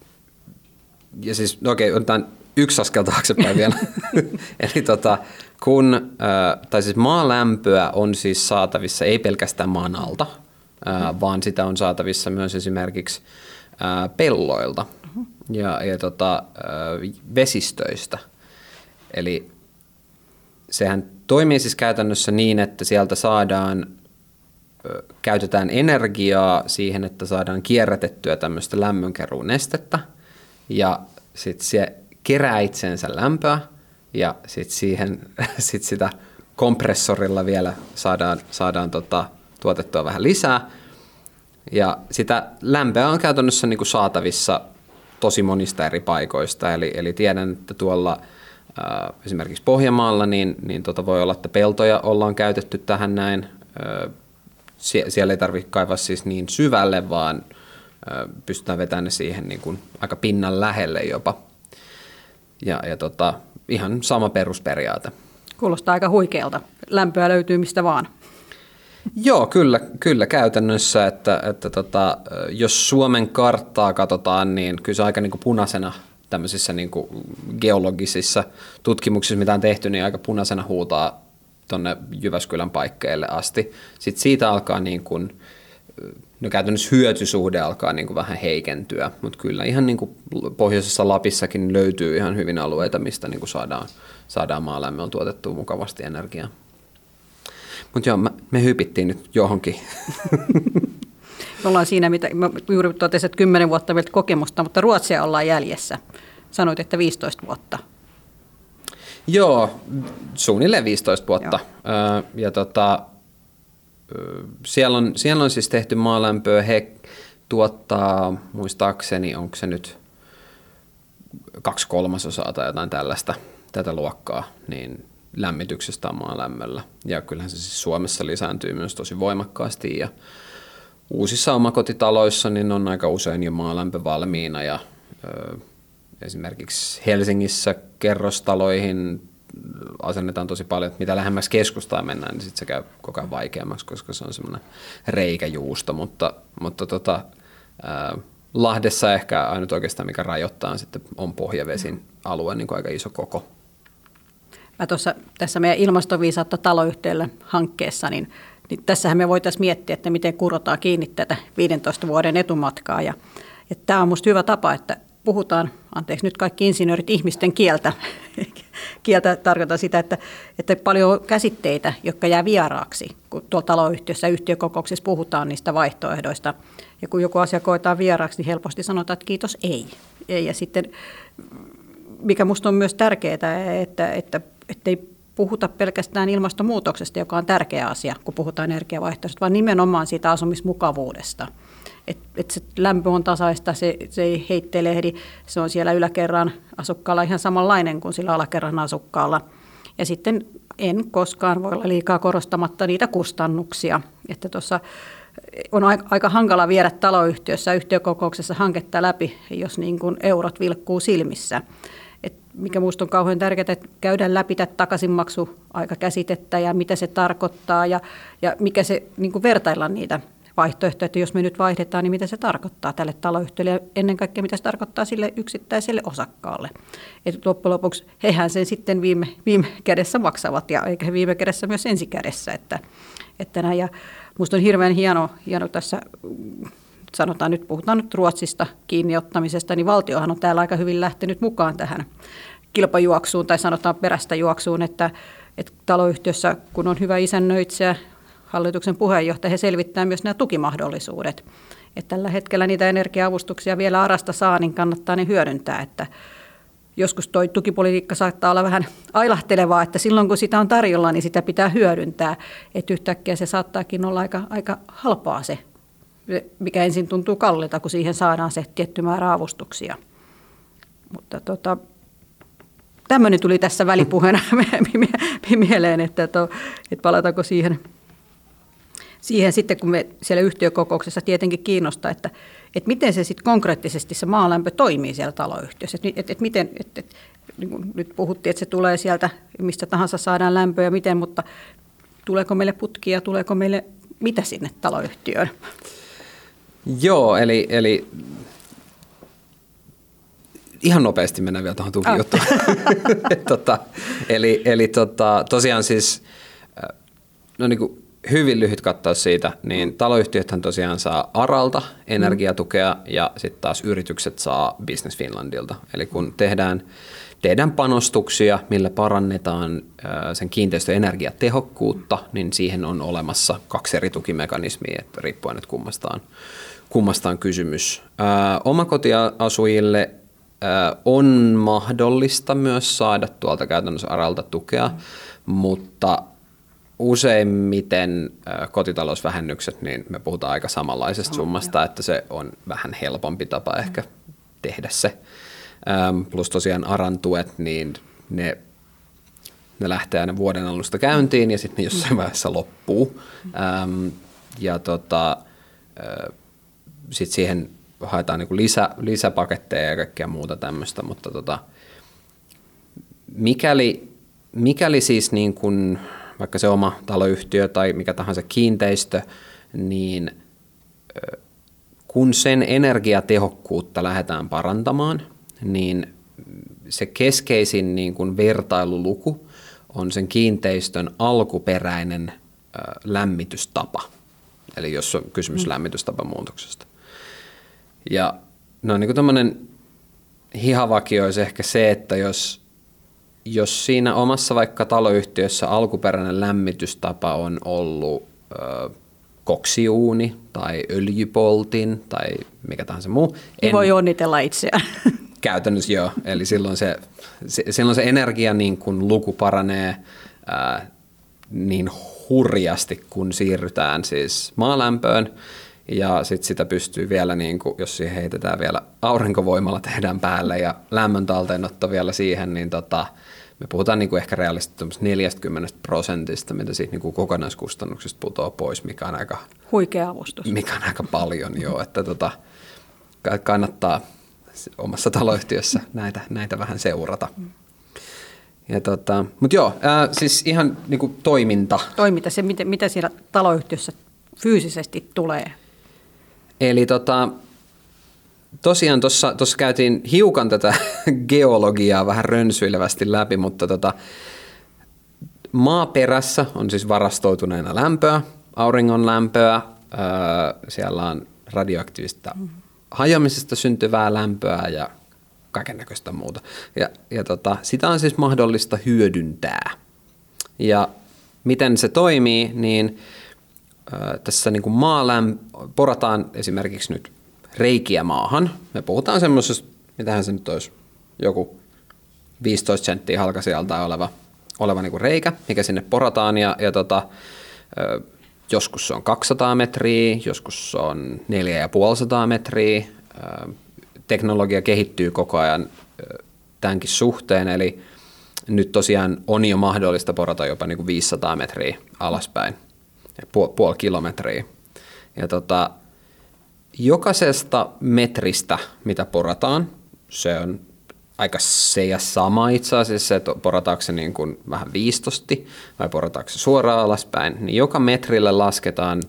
ja siis, no okei, otetaan yksi askel taaksepäin vielä. Eli tota, kun, tai siis maalämpöä on siis saatavissa ei pelkästään maan alta, mm. vaan sitä on saatavissa myös esimerkiksi pelloilta ja, ja tota, vesistöistä. Eli sehän toimii siis käytännössä niin, että sieltä saadaan, käytetään energiaa siihen, että saadaan kierrätettyä tämmöistä lämmönkeruun nestettä ja sitten se kerää itsensä lämpöä ja sitten siihen sit sitä kompressorilla vielä saadaan, saadaan tota, tuotettua vähän lisää. Ja sitä lämpöä on käytännössä niin kuin saatavissa tosi monista eri paikoista, eli, eli tiedän, että tuolla ää, esimerkiksi Pohjanmaalla niin, niin tota voi olla, että peltoja ollaan käytetty tähän näin. Ää, sie, siellä ei tarvitse kaivaa siis niin syvälle, vaan ää, pystytään vetämään ne siihen niin kuin aika pinnan lähelle jopa. Ja, ja tota, ihan sama perusperiaate. Kuulostaa aika huikealta. Lämpöä löytyy mistä vaan. Joo, kyllä, kyllä käytännössä, että, että tota, jos Suomen karttaa katsotaan, niin kyllä se aika niin kuin punaisena tämmöisissä niin kuin geologisissa tutkimuksissa, mitä on tehty, niin aika punaisena huutaa tuonne Jyväskylän paikkeille asti. Sitten siitä alkaa niin kuin, no käytännössä hyötysuhde alkaa niin kuin vähän heikentyä, mutta kyllä ihan niin kuin pohjoisessa Lapissakin löytyy ihan hyvin alueita, mistä niin kuin saadaan, saadaan maalämmöllä tuotettua mukavasti energiaa. Mutta joo, me hypittiin nyt johonkin. Me ollaan siinä, mitä mä juuri totesin, että kymmenen vuotta vielä kokemusta, mutta Ruotsia ollaan jäljessä. Sanoit, että viisitoista vuotta. Joo, suunnilleen viisitoista vuotta. Öö, ja tota, siellä, on, siellä on siis tehty maalämpöä. He tuottaa, muistaakseni, onko se nyt kaksi kolmasosaa tai jotain tällaista, tätä luokkaa, niin lämmityksestä on maalämmöllä. Ja kyllähän se siis Suomessa lisääntyy myös tosi voimakkaasti ja uusissa omakotitaloissa niin on aika usein jo maalämpö valmiina ja ö, esimerkiksi Helsingissä kerrostaloihin asennetaan tosi paljon, että mitä lähemmäksi keskustaan mennään, niin sitten se käy koko ajan vaikeammaksi, koska se on semmoinen reikäjuusto, mutta, mutta tota, ää, Lahdessa ehkä ainut oikeastaan mikä rajoittaa sitten on pohjavesin alue, niin kuin aika iso koko. Mä tuossa, tässä meidän ilmastoviisautta taloyhtiöllä hankkeessa, niin, niin tässähän me voitaisiin miettiä, että miten kurotaan kiinni tätä viidentoista vuoden etumatkaa. Ja, ja tämä on musta hyvä tapa, että puhutaan, anteeksi nyt kaikki insinöörit, ihmisten kieltä. Kieltä tarkoittaa sitä, että, että paljon käsitteitä, jotka jää vieraaksi, kun tuolla taloyhtiössä ja yhtiökokouksessa puhutaan niistä vaihtoehdoista. Ja kun joku asia koetaan vieraaksi, niin helposti sanotaan, että kiitos, ei. ei. Ja sitten, mikä musta on myös tärkeää, että, että, että ei puhuta pelkästään ilmastonmuutoksesta, joka on tärkeä asia, kun puhutaan energiavaihtoehdosta, vaan nimenomaan siitä asumismukavuudesta. Että et se lämpö on tasaista, se, se ei heittelehdi, se on siellä yläkerran asukkaalla ihan samanlainen kuin sillä alakerran asukkaalla. Ja sitten en koskaan voi olla liikaa korostamatta niitä kustannuksia, että tuossa on aika hankala viedä taloyhtiössä yhtiökokouksessa hanketta läpi, jos niin kuin eurot vilkkuu silmissä. Et mikä minusta on kauhean tärkeää, että käydään läpi tätä takaisinmaksuaikakäsitettä ja mitä se tarkoittaa ja, ja mikä se niin kuin vertaillaan niitä vaihtoehto, että jos me nyt vaihdetaan, niin mitä se tarkoittaa tälle taloyhtiölle ja ennen kaikkea mitä se tarkoittaa sille yksittäiselle osakkaalle. Että loppujen lopuksi hehän sen sitten viime, viime kädessä maksavat ja eikä he viime kädessä myös ensi kädessä. Että, että näin. Ja musta on hirveän hieno, hieno tässä, sanotaan nyt, puhutaan nyt Ruotsista kiinni ottamisesta, niin valtiohan on täällä aika hyvin lähtenyt mukaan tähän kilpajuoksuun tai sanotaan perästä juoksuun, että, että taloyhtiössä kun on hyvä isännöitsijä, hallituksen puheenjohtaja, he selvittää myös nämä tukimahdollisuudet. Että tällä hetkellä niitä energia-avustuksia vielä ARAsta saa, niin kannattaa ne hyödyntää. Että joskus tuo tukipolitiikka saattaa olla vähän ailahtelevaa, että silloin kun sitä on tarjolla, niin sitä pitää hyödyntää. Että yhtäkkiä se saattaakin olla aika, aika halpaa se, mikä ensin tuntuu kalliilta, kun siihen saadaan se tietty määrä avustuksia. Mutta tota, tämmöinen tuli tässä välipuheena mieleen, että, että palataanko siihen. Siihen sitten, kun me siellä yhtiökokouksessa tietenkin kiinnostaa, että, että miten se sitten konkreettisesti se maalämpö toimii siellä taloyhtiössä. Että, että, että miten, että, että, niin kuin nyt puhuttiin, että se tulee sieltä, mistä tahansa saadaan lämpöä ja miten, mutta tuleeko meille putkia, tuleeko meille mitä sinne taloyhtiöön? Joo, eli, eli ihan nopeasti mennään vielä tuohon tukijuttuun. tota, eli eli tota, tosiaan siis, no niin kuin hyvin lyhyt katsaus siitä, niin taloyhtiöthän tosiaan saa ARAlta energiatukea ja sitten taas yritykset saa Business Finlandilta. Eli kun tehdään, tehdään panostuksia, millä parannetaan sen kiinteistön energiatehokkuutta, niin siihen on olemassa kaksi eri tukimekanismia, että riippuen nyt kummasta on, kummasta on kysymys. Ää, omakotiasujille ää, on mahdollista myös saada tuolta käytännössä ARAlta tukea, mm. mutta useimmiten kotitalousvähennykset, niin me puhutaan aika samanlaisesta summasta, oh, että se on vähän helpompi tapa ehkä tehdä se. Plus tosiaan ARAn tuet, niin ne, ne lähtee aina vuoden alusta käyntiin ja sitten ne jossain vaiheessa loppuu. Ja tota, sitten siihen haetaan niinku lisä, lisäpaketteja ja kaikkea muuta tämmöistä, mutta tota, mikäli, mikäli siis niin kuin vaikka se oma taloyhtiö tai mikä tahansa kiinteistö, niin kun sen energiatehokkuutta lähdetään parantamaan, niin se keskeisin niin kuin vertailuluku on sen kiinteistön alkuperäinen lämmitystapa. Eli jos on kysymys mm. lämmitystapamuutoksesta. Ja no niin kuin tämmöinen hihavakio olisi ehkä se, että jos Jos siinä omassa vaikka taloyhtiössä alkuperäinen lämmitystapa on ollut ö, koksiuuni tai öljypoltin tai mikä tahansa muu. En voi onnitella itseään. Käytännössä joo. Eli silloin se, se, silloin se energia niin kun luku paranee ää, niin hurjasti, kun siirrytään siis maalämpöön. Ja sitten sitä pystyy vielä, niin kun, jos siihen heitetään vielä aurinkovoimalla tehdään päälle ja lämmön talteenotto vielä siihen, niin tota, me puhutaan niin kuin ehkä realistisesti neljäkymmentä prosentista, mitä siitä niin kuin kokonaiskustannuksista putoaa pois, mikä on aika, huikea avustus. Mikä on aika paljon jo, että tota, kannattaa omassa taloyhtiössä näitä, näitä vähän seurata. Ja tota, mutta joo, ää, siis ihan niin kuin toiminta. Toiminta, se mitä, mitä siellä taloyhtiössä fyysisesti tulee. Eli tota, tosiaan tuossa käytiin hiukan tätä geologiaa vähän rönsyilevästi läpi, mutta tota, maaperässä on siis varastoituneena lämpöä, auringon lämpöä, ää, siellä on radioaktiivista mm-hmm. hajoamisesta syntyvää lämpöä ja kaikennäköistä muuta. Ja, ja tota, sitä on siis mahdollista hyödyntää. Ja miten se toimii, niin ää, tässä niin kuin maalämpö, porataan esimerkiksi nyt reikiä maahan. Me puhutaan semmoisesta, mitähän se nyt olisi, joku viisitoista senttiä halkaisijalta oleva, oleva niin kuin reikä, mikä sinne porataan. Ja, ja tota, ö, joskus se on kaksisataa metriä, joskus se on neljäsataaviisikymmentä metriä. Ö, teknologia kehittyy koko ajan ö, tämänkin suhteen, eli nyt tosiaan on jo mahdollista porata jopa niin kuin viisisataa metriä alaspäin, puoli, puoli kilometriä. Ja tota, jokaisesta metristä, mitä porataan, se on aika se ja sama itse asiassa, että porataanko se niin kuin vähän viistosti vai porataanko se suoraan alaspäin, niin joka metrille lasketaan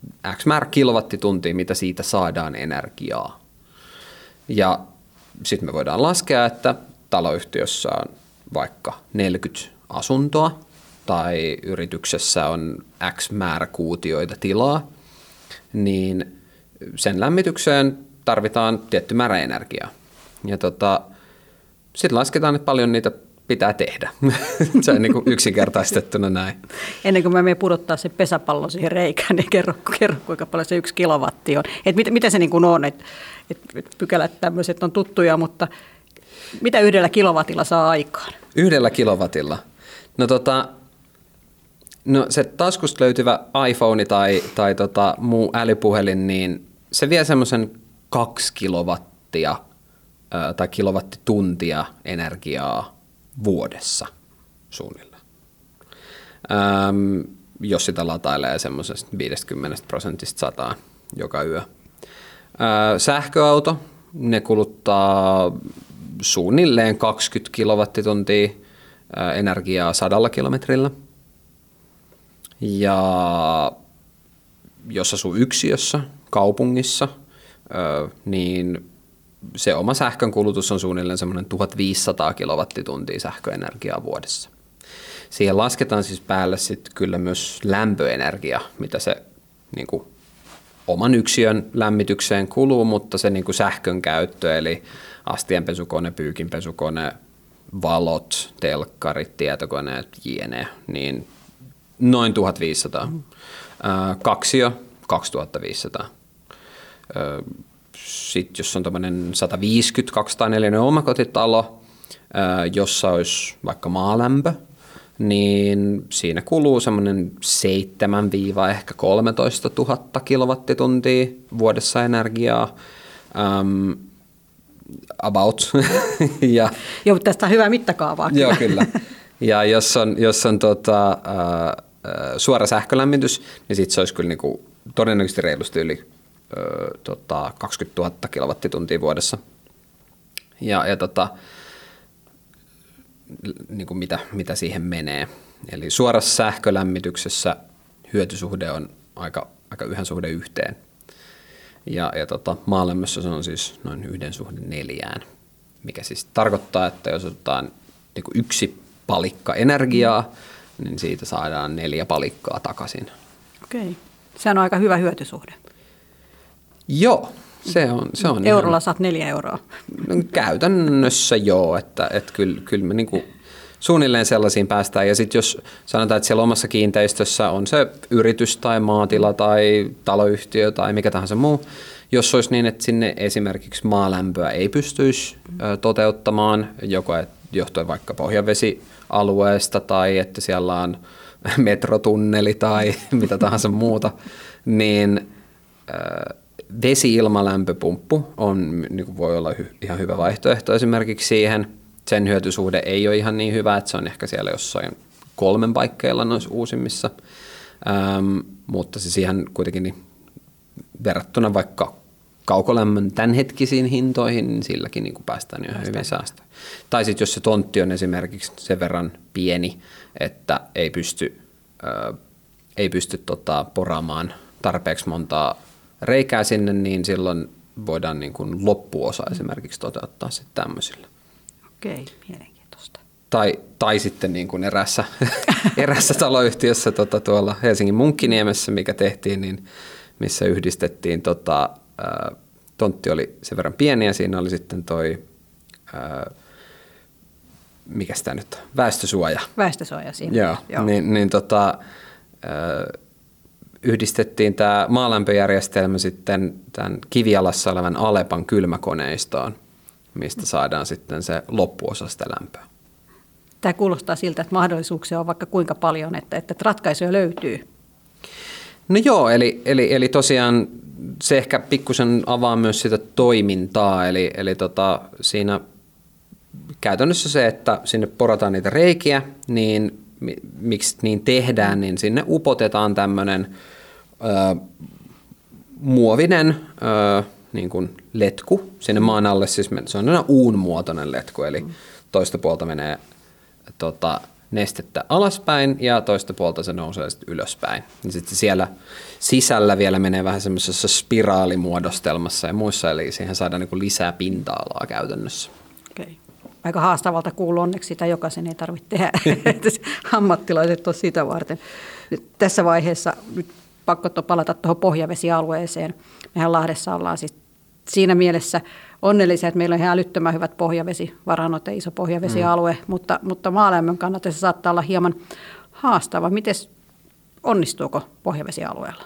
X määrä kilowattituntia, mitä siitä saadaan energiaa. Ja sitten me voidaan laskea, että taloyhtiössä on vaikka neljäkymmentä asuntoa tai yrityksessä on X määrä kuutioita tilaa, niin sen lämmitykseen tarvitaan tietty määrä energiaa. Ja tota, sitten lasketaan, että paljon niitä pitää tehdä. Se on niin kuin yksinkertaistettuna näin. Ennen kuin mä menen pudottaa se pesäpallo siihen reikään, niin kerro, kerro kuinka paljon se yksi kilowatti on. Et mit, mitä se niin kuin on, että et, et pykälät tämmöiset on tuttuja, mutta mitä yhdellä kilowatilla saa aikaan? Yhdellä kilowatilla? No, tota, no se taskusta löytyvä iPhone tai, tai tota, muu älypuhelin, niin se vie semmoisen kaksi kilowattia ää, tai kilowattituntia energiaa vuodessa suunnilleen. Ähm, jos sitä latailee semmoisesta viisikymmentä prosentista sataan joka yö. Ää, sähköauto, ne kuluttaa suunnilleen kaksikymmentä kilowattituntia ää, energiaa sadalla kilometrillä. Ja jos asuu yksiössä, kaupungissa, ää, niin se oma sähkön kulutus on suunnilleen semmoinen tuhatviisisataa kilowattituntia sähköenergiaa vuodessa. Siihen lasketaan siis päälle sitten kyllä myös lämpöenergia, mitä se niin kuin oman yksilön lämmitykseen kuluu, mutta se niin kuin sähkön käyttö, eli astianpesukone, pyykinpesukone, valot, telkkarit, tietokoneet, jne, niin noin tuhatviisisataa. Mm. Kaksio, kaksituhattaviisisataa. Sitten jos on tämmöinen sata viisikymmentä kaksisataaneljä omakotitalo, jossa olisi vaikka maalämpö, niin siinä kuluu semmoinen seitsemän ehkä kolmetoista tuhatta kilowattituntia vuodessa energiaa. Um, about. ja, joo, tästä on hyvä mittakaavaa. Joo, kyllä. Ja jos on, jos on tota, äh, suora sähkölämmitys, niin sitten se olisi kyllä niinku todennäköisesti reilusti yli äh, tota, kaksikymmentätuhatta kilowattituntia vuodessa. Ja, ja tota, niin kuin mitä, mitä siihen menee. Eli suorassa sähkölämmityksessä hyötysuhde on aika, aika yhden suhde yhteen. Ja, ja tota, maalämmössä se on siis noin yhden suhde neljään, mikä siis tarkoittaa, että jos otetaan niin kuin yksi palikka energiaa, niin siitä saadaan neljä palikkaa takaisin. Okei. Sehän on aika hyvä hyötysuhde. Joo. Se on, se on Eurolla ihan, saat neljä euroa. No, käytännössä joo, että, että kyllä, kyllä me niinku suunnilleen sellaisiin päästään. Ja sitten jos sanotaan, että siellä omassa kiinteistössä on se yritys tai maatila tai taloyhtiö tai mikä tahansa muu, jos olisi niin, että sinne esimerkiksi maalämpöä ei pystyisi toteuttamaan, joko johtuen vaikka pohjavesialueesta tai että siellä on metrotunneli tai mitä tahansa muuta, niin vesi-ilmalämpöpumppu on, niin kuin voi olla hy, ihan hyvä vaihtoehto esimerkiksi siihen. Sen hyötysuhde ei ole ihan niin hyvä, että se on ehkä siellä jossain kolmen paikkeilla noissa uusimmissa, ähm, mutta siis ihan kuitenkin niin verrattuna vaikka kaukolämmön tämänhetkisiin hintoihin, niin silläkin niin kuin päästään ihan hyvin säästöön. Tai sitten jos se tontti on esimerkiksi sen verran pieni, että ei pysty, äh, ei pysty tota, poraamaan tarpeeksi montaa reikää sinne, niin silloin voidaan niin kuin loppuosa esimerkiksi toteuttaa sitten tämmöisillä. Okei, mielenkiintoista. Tai, tai sitten niin kuin erässä, erässä taloyhtiössä tota, tuolla Helsingin Munkkiniemessä, mikä tehtiin, niin missä yhdistettiin, tota, ää, tontti oli sen verran pieni ja siinä oli sitten toi, ää, mikä sitä nyt, väestösuoja. Väestösuoja siinä. Joo, Joo. niin, niin tota, ää, yhdistettiin tämä maalämpöjärjestelmä sitten tämän kivialassa olevan Alepan kylmäkoneistoon, mistä saadaan sitten se loppuosa sitä lämpöä. Tämä kuulostaa siltä, että mahdollisuuksia on vaikka kuinka paljon, että, että ratkaisuja löytyy. No joo, eli, eli, eli tosiaan se ehkä pikkusen avaa myös sitä toimintaa, eli, eli tota, siinä käytännössä se, että sinne porataan niitä reikiä, niin miksi niin tehdään, niin sinne upotetaan tämmöinen ö, muovinen ö, niin kuin letku sinne maan alle, siis se on uun muotoinen letku, eli toista puolta menee tota, nestettä alaspäin ja toista puolta se nousee sitten ylöspäin. Ja sitten siellä sisällä vielä menee vähän semmoisessa spiraalimuodostelmassa ja muissa, eli siihen saadaan niin kuin lisää pinta-alaa käytännössä. Okei. Aika haastavalta kuuluu, onneksi sitä jokaisen ei tarvitse tehdä. Ammattilaiset on sitä varten. Nyt tässä vaiheessa nyt pakko palata tuohon pohjavesialueeseen. Mehän Lahdessa ollaan siis siinä mielessä onnellisia, että meillä on ihan älyttömän hyvät pohjavesivarannot ja iso pohjavesialue, mm. mutta, mutta maalämmön kannalta se saattaa olla hieman haastava. Miten onnistuuko pohjavesialueella?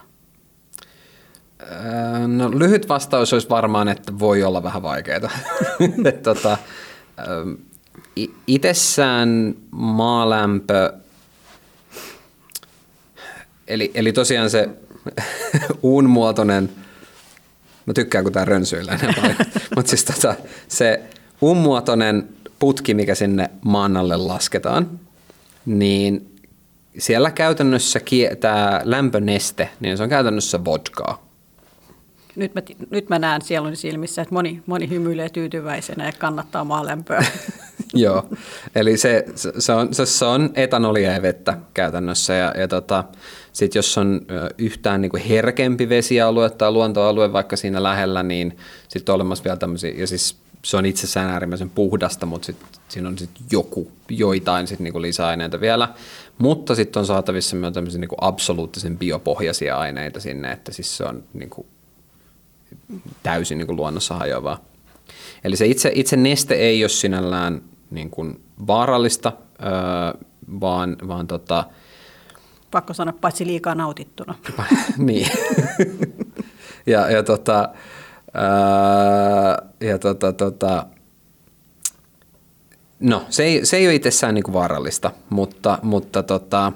No, lyhyt vastaus olisi varmaan, että voi olla vähän vaikeaa. tota, itsessään maalämpö, eli, eli tosiaan se uunmuotoinen, mä tykkään kun tää rönsyillä, mutta siis tota, se uunmuotoinen putki, mikä sinne maan alle lasketaan, niin siellä käytännössä tämä lämpöneste, niin se on käytännössä vodkaa. Nyt mä, nyt mä näen sieluni silmissä, että moni, moni hymyilee tyytyväisenä ja kannattaa maalämpöä. Joo, eli se, se, on, se, se on etanolia ja vettä käytännössä. Ja, ja tota, sitten jos on yhtään niin kuin herkempi vesialue tai luontoalue vaikka siinä lähellä, niin sitten on olemassa vielä tämmöisiä, ja siis se on itsessään äärimmäisen puhdasta, mutta sit, siinä on sitten joku, joitain sit niinku lisäaineita vielä. Mutta sitten on saatavissa myös tämmöisiä niinku absoluuttisen biopohjaisia aineita sinne, että siis se on niinku täysin niinku luonnossa hajoavaa. Eli se itse, itse neste ei ole sinällään niinku vaarallista, öö, vaan, vaan tota... Pakko sanoa, paitsi liikaa nautittuna. Niin. ja, ja tota... Öö, ja tota, tota, no, se ei, se ei ole itsessään niin kuin vaarallista, mutta, mutta tota,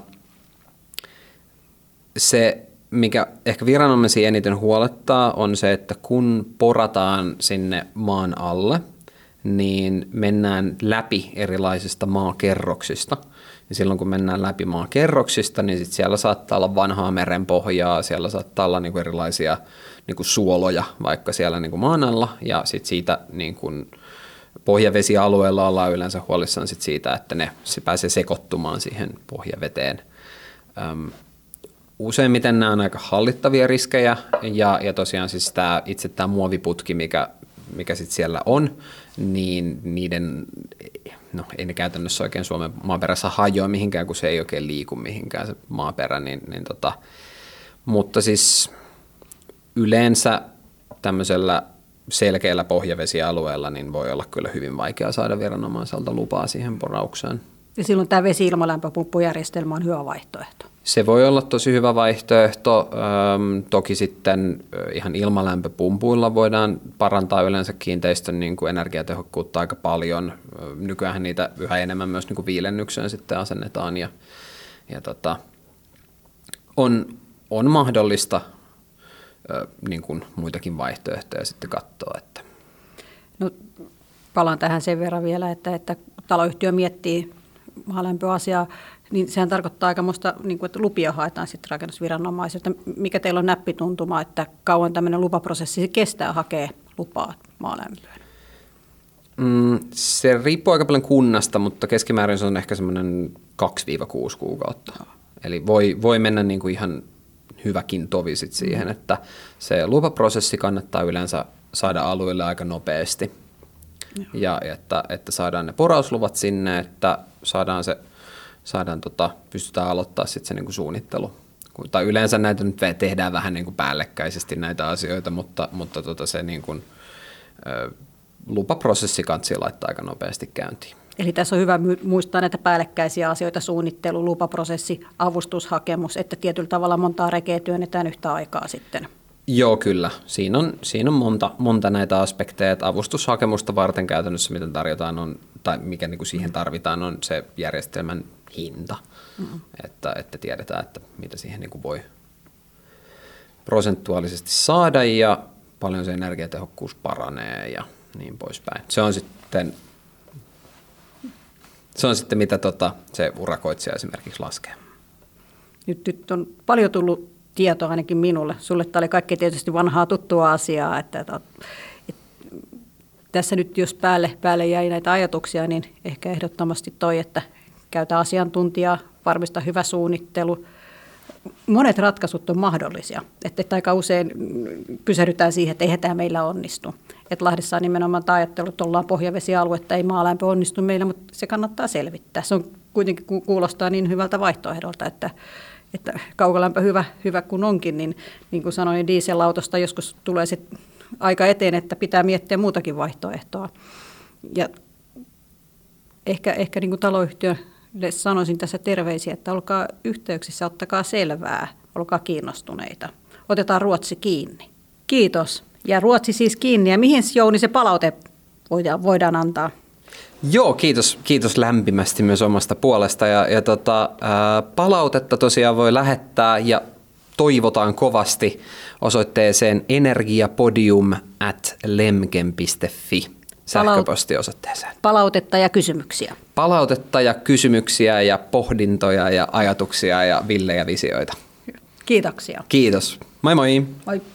se, mikä ehkä viranomaisia eniten huolettaa, on se, että kun porataan sinne maan alle, niin mennään läpi erilaisista maakerroksista. Ja silloin kun mennään läpi maakerroksista, niin sit siellä saattaa olla vanhaa merenpohjaa, siellä saattaa olla niinku erilaisia niinku suoloja vaikka siellä niinku maan alla, ja sitten siitä niinku pohjavesialueella ollaan yleensä huolissaan sit siitä, että ne se pääsee sekoittumaan siihen pohjaveteen. Öm, useimmiten nämä on aika hallittavia riskejä, ja, ja tosiaan siis tää, itse tämä muoviputki, mikä, mikä sit siellä on, niin niiden... No ei ne käytännössä oikein Suomen maaperässä hajoa mihinkään, kun se ei oikein liiku mihinkään se maaperä, niin, niin tota, mutta siis yleensä tämmöisellä selkeällä pohjavesialueella niin voi olla kyllä hyvin vaikea saada viranomaiselta lupaa siihen poraukseen. Ja silloin tämä vesi-ilmalämpöpumppujärjestelmä on hyvä vaihtoehto. Se voi olla tosi hyvä vaihtoehto. Öm, toki sitten ihan ilmalämpöpumpuilla voidaan parantaa yleensä kiinteistön niin kuin energiatehokkuutta aika paljon. Nykyään niitä yhä enemmän myös niin kuin viilennykseen sitten asennetaan ja, ja tota, on, on mahdollista ö, niin kuin muitakin vaihtoehtoja sitten katsoa. Että. No, palaan tähän sen verran vielä, että, että taloyhtiö miettii maalämpöasiaa, niin sehän tarkoittaa aikamoista, niin kuin, että lupia haetaan sitten rakennusviranomaisilta. Mikä teillä on näppituntuma, että kauan tämmöinen lupaprosessi kestää hakea lupaa maalämpöön? Mm, se riippuu aika paljon kunnasta, mutta keskimäärin se on ehkä semmoinen kaksi kuusi kuukautta. No. Eli voi, voi mennä niin kuin ihan hyväkin tovi sit siihen, mm. että se lupaprosessi kannattaa yleensä saada alueelle aika nopeasti. No. Ja että, että saadaan ne porausluvat sinne, että saadaan se saadaan tota, pystytään aloittaa sitten se niinku suunnittelu. Tai yleensä näitä nyt tehdään vähän niinku päällekkäisesti näitä asioita, mutta, mutta tota se niinku, ö, lupaprosessi kansi laittaa aika nopeasti käyntiin. Eli tässä on hyvä muistaa näitä päällekkäisiä asioita, suunnittelu, lupaprosessi, avustushakemus, että tietyllä tavalla montaa rekeä työnnetään yhtä aikaa sitten. Joo, kyllä. Siinä on, siinä on monta, monta näitä aspekteja. Että avustushakemusta varten käytännössä, mitä tarjotaan, on, tai mikä niin kuin siihen tarvitaan, on se järjestelmän hinta. Mm-hmm. Että, että tiedetään, että mitä siihen niin kuin voi prosentuaalisesti saada ja paljon se energiatehokkuus paranee ja niin poispäin. Se on sitten, se on sitten mitä tota, se urakoitsija esimerkiksi laskee. Nyt, nyt on paljon tullut tietoa ainakin minulle. Sulle tämä oli kaikki tietysti vanhaa tuttua asiaa, että, että, että tässä nyt jos päälle, päälle jäi näitä ajatuksia, niin ehkä ehdottomasti toi, että käytä asiantuntijaa, varmista hyvä suunnittelu. Monet ratkaisut on mahdollisia. Että, että aika usein pysähdytään siihen, että eihän tämä meillä onnistu. Että Lahdessa on nimenomaan tämä ajattelu, että ollaan pohjavesialuetta, ei maalämpö onnistu meillä, mutta se kannattaa selvittää. Se on kuitenkin kuulostaa niin hyvältä vaihtoehdolta, että, että kaukolämpö hyvä, hyvä kun onkin, niin niin kuin sanoin, niin dieselautosta joskus tulee sit aika eteen, että pitää miettiä muutakin vaihtoehtoa. Ja ehkä, ehkä niin kuin taloyhtiölle sanoisin tässä terveisiä, että olkaa yhteyksissä, ottakaa selvää, olkaa kiinnostuneita. Otetaan Ruotsi kiinni. Kiitos. Ja Ruotsi siis kiinni. Ja mihin, Jouni, se palaute voidaan, voidaan antaa? Joo, kiitos, kiitos lämpimästi myös omasta puolesta. Ja, ja tota, ää, palautetta tosiaan voi lähettää ja toivotaan kovasti osoitteeseen energiapodium at lemken piste fi sähköpostiosoitteeseen. Palautetta ja kysymyksiä. Palautetta ja kysymyksiä ja pohdintoja ja ajatuksia ja villejä visioita. Kiitoksia. Kiitos. Moi moi. Moi.